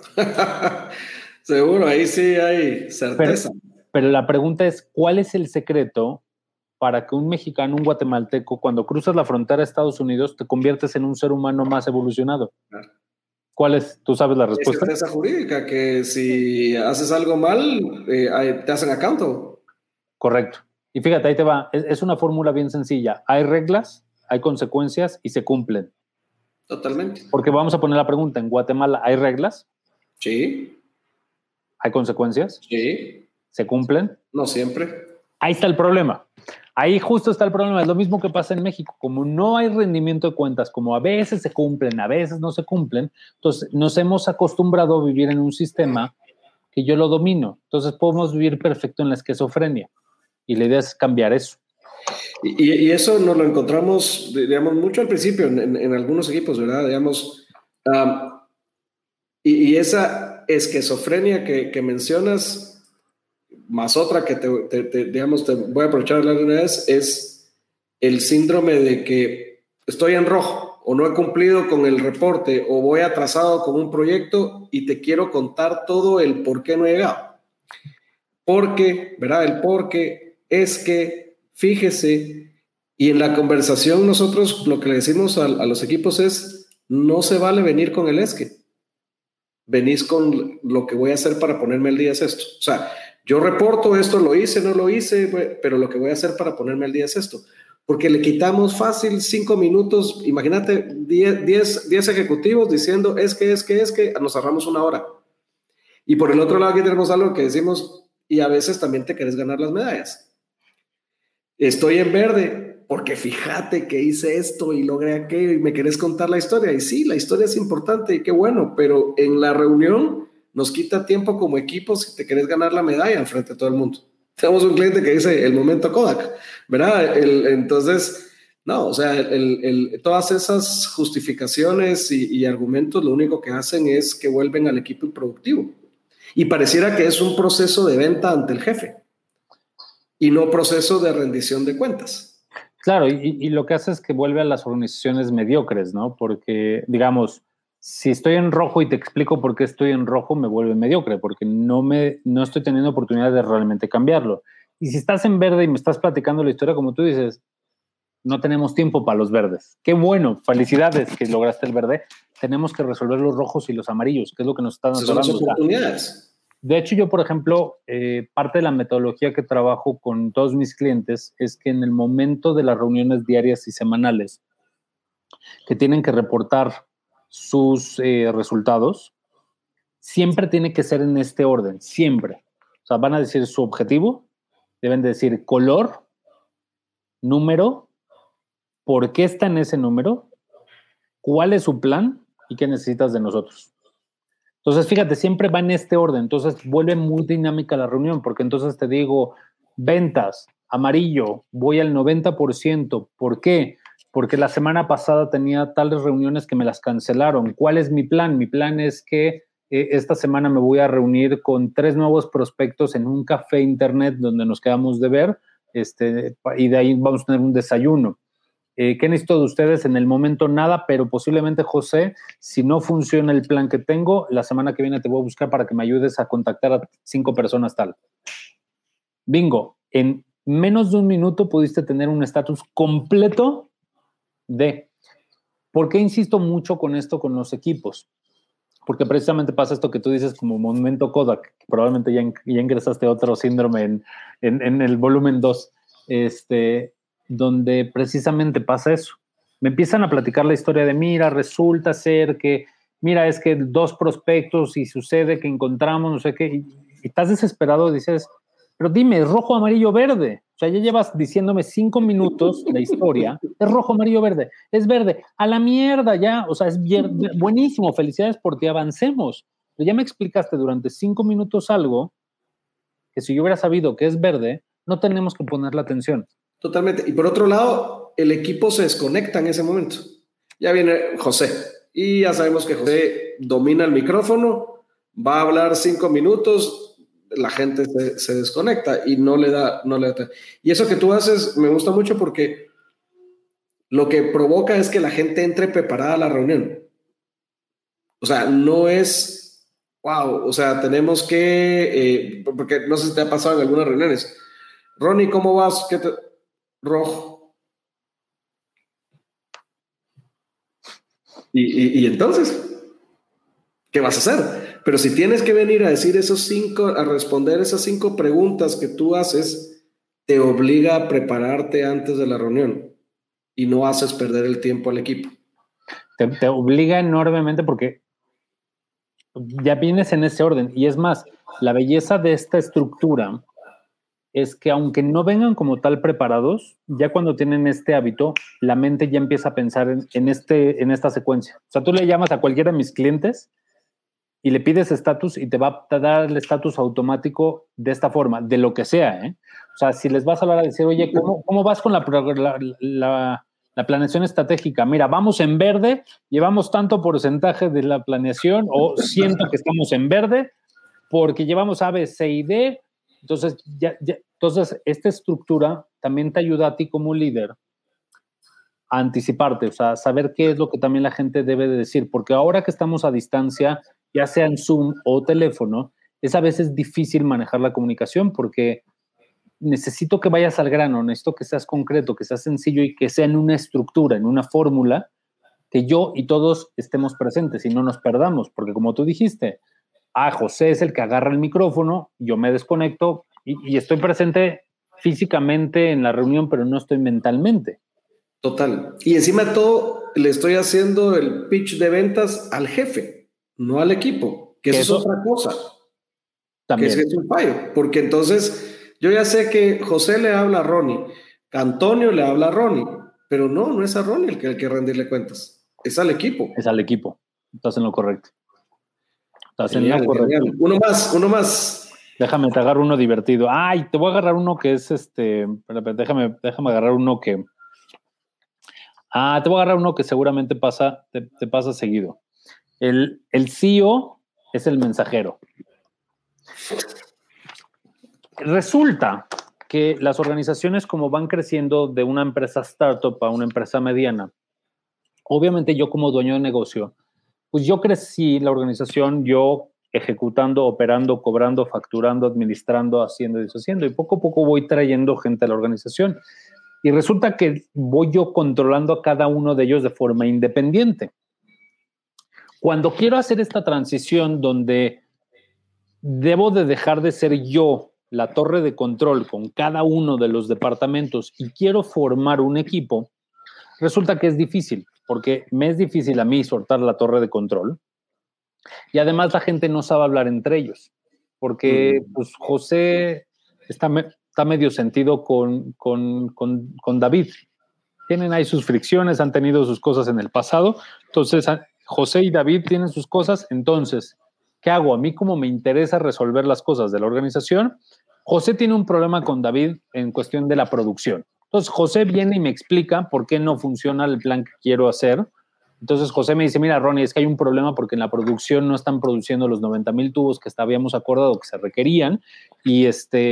Seguro, ahí sí hay certeza. Pero la pregunta es, ¿cuál es el secreto para que un mexicano, un guatemalteco, cuando cruzas la frontera a Estados Unidos, te conviertes en un ser humano más evolucionado? Claro. ¿Cuál es? ¿Tú sabes la respuesta? Es certeza jurídica, que si haces algo mal, te hacen accountable. Correcto. Y fíjate, ahí te va. Es una fórmula bien sencilla. Hay reglas, hay consecuencias y se cumplen. Totalmente. Porque vamos a poner la pregunta, ¿en Guatemala hay reglas? Sí. ¿Hay consecuencias? Sí. ¿Se cumplen? No siempre. Ahí está el problema. Ahí justo está el problema. Es lo mismo que pasa en México. Como no hay rendimiento de cuentas, como a veces se cumplen, a veces no se cumplen, entonces nos hemos acostumbrado a vivir en un sistema que yo lo domino. Entonces podemos vivir perfecto en la esquizofrenia. Y la idea es cambiar eso. Y eso nos lo encontramos, digamos, mucho al principio en algunos equipos, ¿verdad? Digamos, y esa esquizofrenia que mencionas, más otra que digamos, te voy a aprovechar de una vez, es el síndrome de que estoy en rojo o no he cumplido con el reporte o voy atrasado con un proyecto y te quiero contar todo el por qué no he llegado. porque, ¿verdad? El porque, es que, fíjese, y en la conversación nosotros lo que le decimos a los equipos es, no se vale venir con el es que. Venís con lo que voy a hacer para ponerme al día es esto. O sea, yo reporto esto, lo hice, no lo hice, pero lo que voy a hacer para ponerme al día es esto. Porque le quitamos fácil 5 minutos, imagínate 10 ejecutivos diciendo es que, nos ahorramos 1 hora. Y por el otro lado aquí tenemos algo que decimos, y a veces también te querés ganar las medallas. Estoy en verde, porque fíjate que hice esto y logré aquello y me querés contar la historia. Y sí, la historia es importante y qué bueno, pero en la reunión nos quita tiempo como equipo si te querés ganar la medalla enfrente de todo el mundo. Tenemos un cliente que dice el momento Kodak, ¿verdad? Entonces, no, o sea, todas esas justificaciones y argumentos lo único que hacen es que vuelven al equipo improductivo. Y pareciera que es un proceso de venta ante el jefe y no proceso de rendición de cuentas. Claro, y lo que hace es que vuelve a las organizaciones mediocres, ¿no? Porque, digamos, si estoy en rojo y te explico por qué estoy en rojo, me vuelve mediocre, porque no estoy teniendo oportunidad de realmente cambiarlo. Y si estás en verde y me estás platicando la historia, como tú dices, no tenemos tiempo para los verdes. Qué bueno, felicidades que lograste el verde. Tenemos que resolver los rojos y los amarillos, que es lo que nos están dando. Son las oportunidades. De hecho, yo, por ejemplo, parte de la metodología que trabajo con todos mis clientes es que en el momento de las reuniones diarias y semanales que tienen que reportar sus resultados, siempre tiene que ser en este orden, siempre. O sea, van a decir su objetivo, deben decir color, número, por qué está en ese número, cuál es su plan y qué necesitas de nosotros. Entonces, fíjate, siempre va en este orden. Entonces, vuelve muy dinámica la reunión, porque entonces te digo, ventas, amarillo, voy al 90%. ¿Por qué? Porque la semana pasada tenía tales reuniones que me las cancelaron. ¿Cuál es mi plan? Mi plan es que esta semana me voy a reunir con 3 nuevos prospectos en un café internet donde nos quedamos de ver, y de ahí vamos a tener un desayuno. ¿Qué necesito de ustedes? En el momento nada, pero posiblemente, José, si no funciona el plan que tengo, la semana que viene te voy a buscar para que me ayudes a contactar a 5 personas tal. Bingo, en menos de 1 minuto pudiste tener un estatus completo de... ¿Por qué insisto mucho con esto con los equipos? Porque precisamente pasa esto que tú dices como momento Kodak, que probablemente ya ingresaste otro síndrome en el volumen 2, donde precisamente pasa eso. Me empiezan a platicar la historia de, mira, resulta ser que, mira, es que 2 prospectos y sucede que encontramos, no sé qué, y estás desesperado, dices, pero dime, ¿es rojo, amarillo, verde? O sea, ya llevas diciéndome 5 minutos la historia, es rojo, amarillo, verde, es verde, a la mierda ya, o sea, es buenísimo, felicidades porque avancemos. Pero ya me explicaste durante 5 minutos algo que si yo hubiera sabido que es verde, no tenemos que ponerle atención. Totalmente. Y por otro lado, el equipo se desconecta en ese momento. Ya viene José. Y ya sabemos que José domina el micrófono, va a hablar 5 minutos, la gente se desconecta y no le da. Y eso que tú haces me gusta mucho porque lo que provoca es que la gente entre preparada a la reunión. O sea, no es, wow, o sea, tenemos que, porque no sé si te ha pasado en algunas reuniones. Ronnie, ¿cómo vas? Rojo. Y entonces, ¿qué vas a hacer? Pero si tienes que venir a decir a responder esas 5 preguntas que tú haces, te obliga a prepararte antes de la reunión y no haces perder el tiempo al equipo. Te obliga enormemente porque ya vienes en ese orden. Y es más, la belleza de esta estructura es que aunque no vengan como tal preparados, ya cuando tienen este hábito, la mente ya empieza a pensar en esta secuencia. O sea, tú le llamas a cualquiera de mis clientes y le pides estatus y te va a dar el estatus automático de esta forma, de lo que sea, ¿eh? O sea, si les vas a hablar a decir, oye, ¿cómo vas con la planeación estratégica? Mira, vamos en verde, llevamos tanto porcentaje de la planeación, o siento que estamos en verde, porque llevamos A, B, C y D. Entonces, entonces, esta estructura también te ayuda a ti como líder a anticiparte, o sea, saber qué es lo que también la gente debe de decir, porque ahora que estamos a distancia, ya sea en Zoom o teléfono, es a veces difícil manejar la comunicación porque necesito que vayas al grano, necesito que seas concreto, que seas sencillo y que sea en una estructura, en una fórmula, que yo y todos estemos presentes y no nos perdamos, porque como tú dijiste, José es el que agarra el micrófono, yo me desconecto y estoy presente físicamente en la reunión, pero no estoy mentalmente. Total. Y encima de todo, le estoy haciendo el pitch de ventas al jefe, no al equipo, que eso es otra cosa. También. Que es un fallo, porque entonces yo ya sé que José le habla a Ronnie, Antonio le habla a Ronnie, pero no es a Ronnie el que hay que rendirle cuentas, es al equipo. Es al equipo, estás en lo correcto. Genial. Uno más. Déjame, te agarro uno divertido. Te voy a agarrar uno que es déjame agarrar uno que... te voy a agarrar uno que seguramente te pasa seguido. El CEO es el mensajero. Resulta que las organizaciones, como van creciendo de una empresa startup a una empresa mediana, obviamente yo como dueño de negocio, pues yo crecí la organización, yo ejecutando, operando, cobrando, facturando, administrando, haciendo y deshaciendo, y poco a poco voy trayendo gente a la organización. Y resulta que voy yo controlando a cada uno de ellos de forma independiente. Cuando quiero hacer esta transición donde debo de dejar de ser yo la torre de control con cada uno de los departamentos y quiero formar un equipo, resulta que es difícil, porque me es difícil a mí soltar la torre de control y además la gente no sabe hablar entre ellos, porque pues José está medio sentido con David. Tienen ahí sus fricciones, han tenido sus cosas en el pasado, entonces José y David tienen sus cosas, entonces, ¿qué hago? A mí como me interesa resolver las cosas de la organización, José tiene un problema con David en cuestión de la producción. Entonces, José viene y me explica por qué no funciona el plan que quiero hacer. Entonces, José me dice, mira, Ronnie, es que hay un problema porque en la producción no están produciendo los 90,000 tubos que habíamos acordado que se requerían y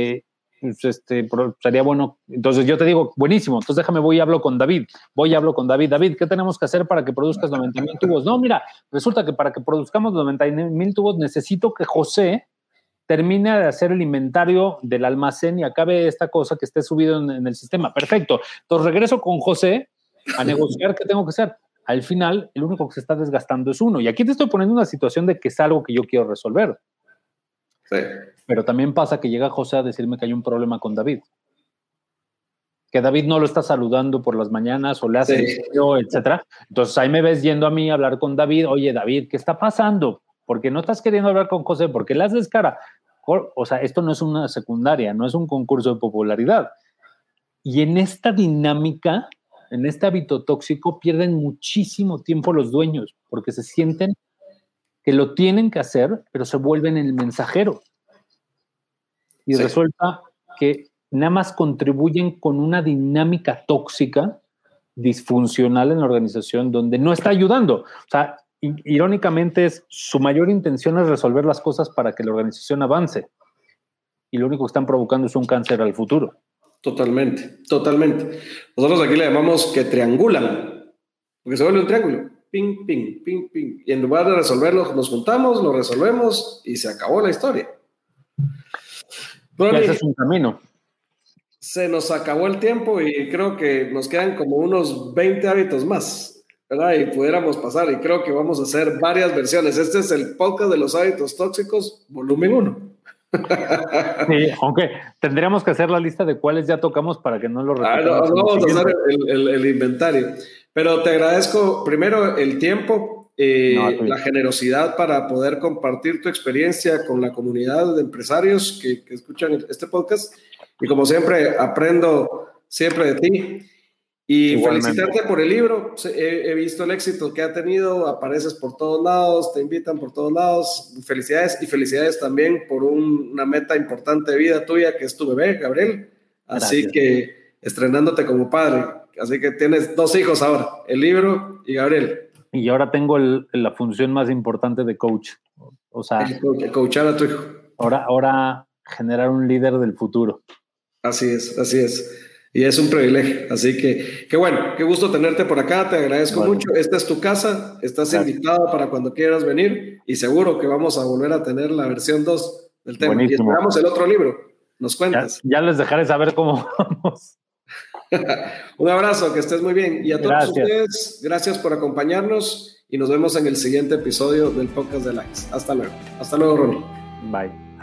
sería bueno. Entonces yo te digo, buenísimo, entonces déjame, voy y hablo con David. David, ¿qué tenemos que hacer para que produzcas 90,000 tubos? No, mira, resulta que para que produzcamos 90,000 tubos necesito que José termine de hacer el inventario del almacén y acabe esta cosa que esté subido en el sistema. Perfecto. Entonces regreso con José a negociar qué tengo que hacer. Al final, el único que se está desgastando es uno. Y aquí te estoy poniendo una situación de que es algo que yo quiero resolver. Sí. Pero también pasa que llega José a decirme que hay un problema con David. Que David no lo está saludando por las mañanas o le hace etcétera. Entonces ahí me ves yendo a mí a hablar con David. Oye, David, ¿qué está pasando? ¿Por qué no estás queriendo hablar con José? ¿Por qué le haces cara? O sea, esto no es una secundaria, no es un concurso de popularidad. Y en esta dinámica, en este hábito tóxico, pierden muchísimo tiempo los dueños porque se sienten que lo tienen que hacer, pero se vuelven el mensajero. Y resulta que nada más contribuyen con una dinámica tóxica, disfuncional en la organización, donde no está ayudando. O sea, irónicamente su mayor intención es resolver las cosas para que la organización avance. Y lo único que están provocando es un cáncer al futuro. Totalmente. Nosotros aquí le llamamos que triangulan, porque se vuelve un triángulo. Ping, ping, ping, ping. Y en lugar de resolverlo, nos juntamos, lo resolvemos y se acabó la historia. Ronnie, ese es un camino. Se nos acabó el tiempo y creo que nos quedan como unos 20 hábitos más, ¿verdad? Y pudiéramos pasar, y creo que vamos a hacer varias versiones. Este es el podcast de los hábitos tóxicos, volumen 1. Sí, aunque tendríamos que hacer la lista de cuáles ya tocamos para que no lo repitamos. No, vamos a hacer el inventario. Pero te agradezco primero el tiempo, la generosidad para poder compartir tu experiencia con la comunidad de empresarios que escuchan este podcast. Y como siempre, aprendo siempre de ti. Y igualmente, felicitarte por el libro. He visto el éxito que ha tenido, apareces por todos lados, te invitan por todos lados. Felicidades, y felicidades también por una meta importante de vida tuya, que es tu bebé, Gabriel. Así Gracias. Que estrenándote como padre. Así que tienes 2 hijos ahora, el libro y Gabriel. Y ahora tengo la función más importante de coach. O sea, coachar a tu hijo. Ahora generar un líder del futuro. Así es. Y es un privilegio. Así que, qué bueno, qué gusto tenerte por acá. Te agradezco mucho. Esta es tu casa. Estás invitado para cuando quieras venir. Y seguro que vamos a volver a tener la versión 2 del tema. Buenísimo. Y esperamos el otro libro. Nos cuentas. Ya les dejaré saber cómo vamos. Un abrazo, que estés muy bien. Y a todos ustedes, gracias por acompañarnos y nos vemos en el siguiente episodio del podcast de Likes. Hasta luego. Hasta luego, Ronnie. Bye.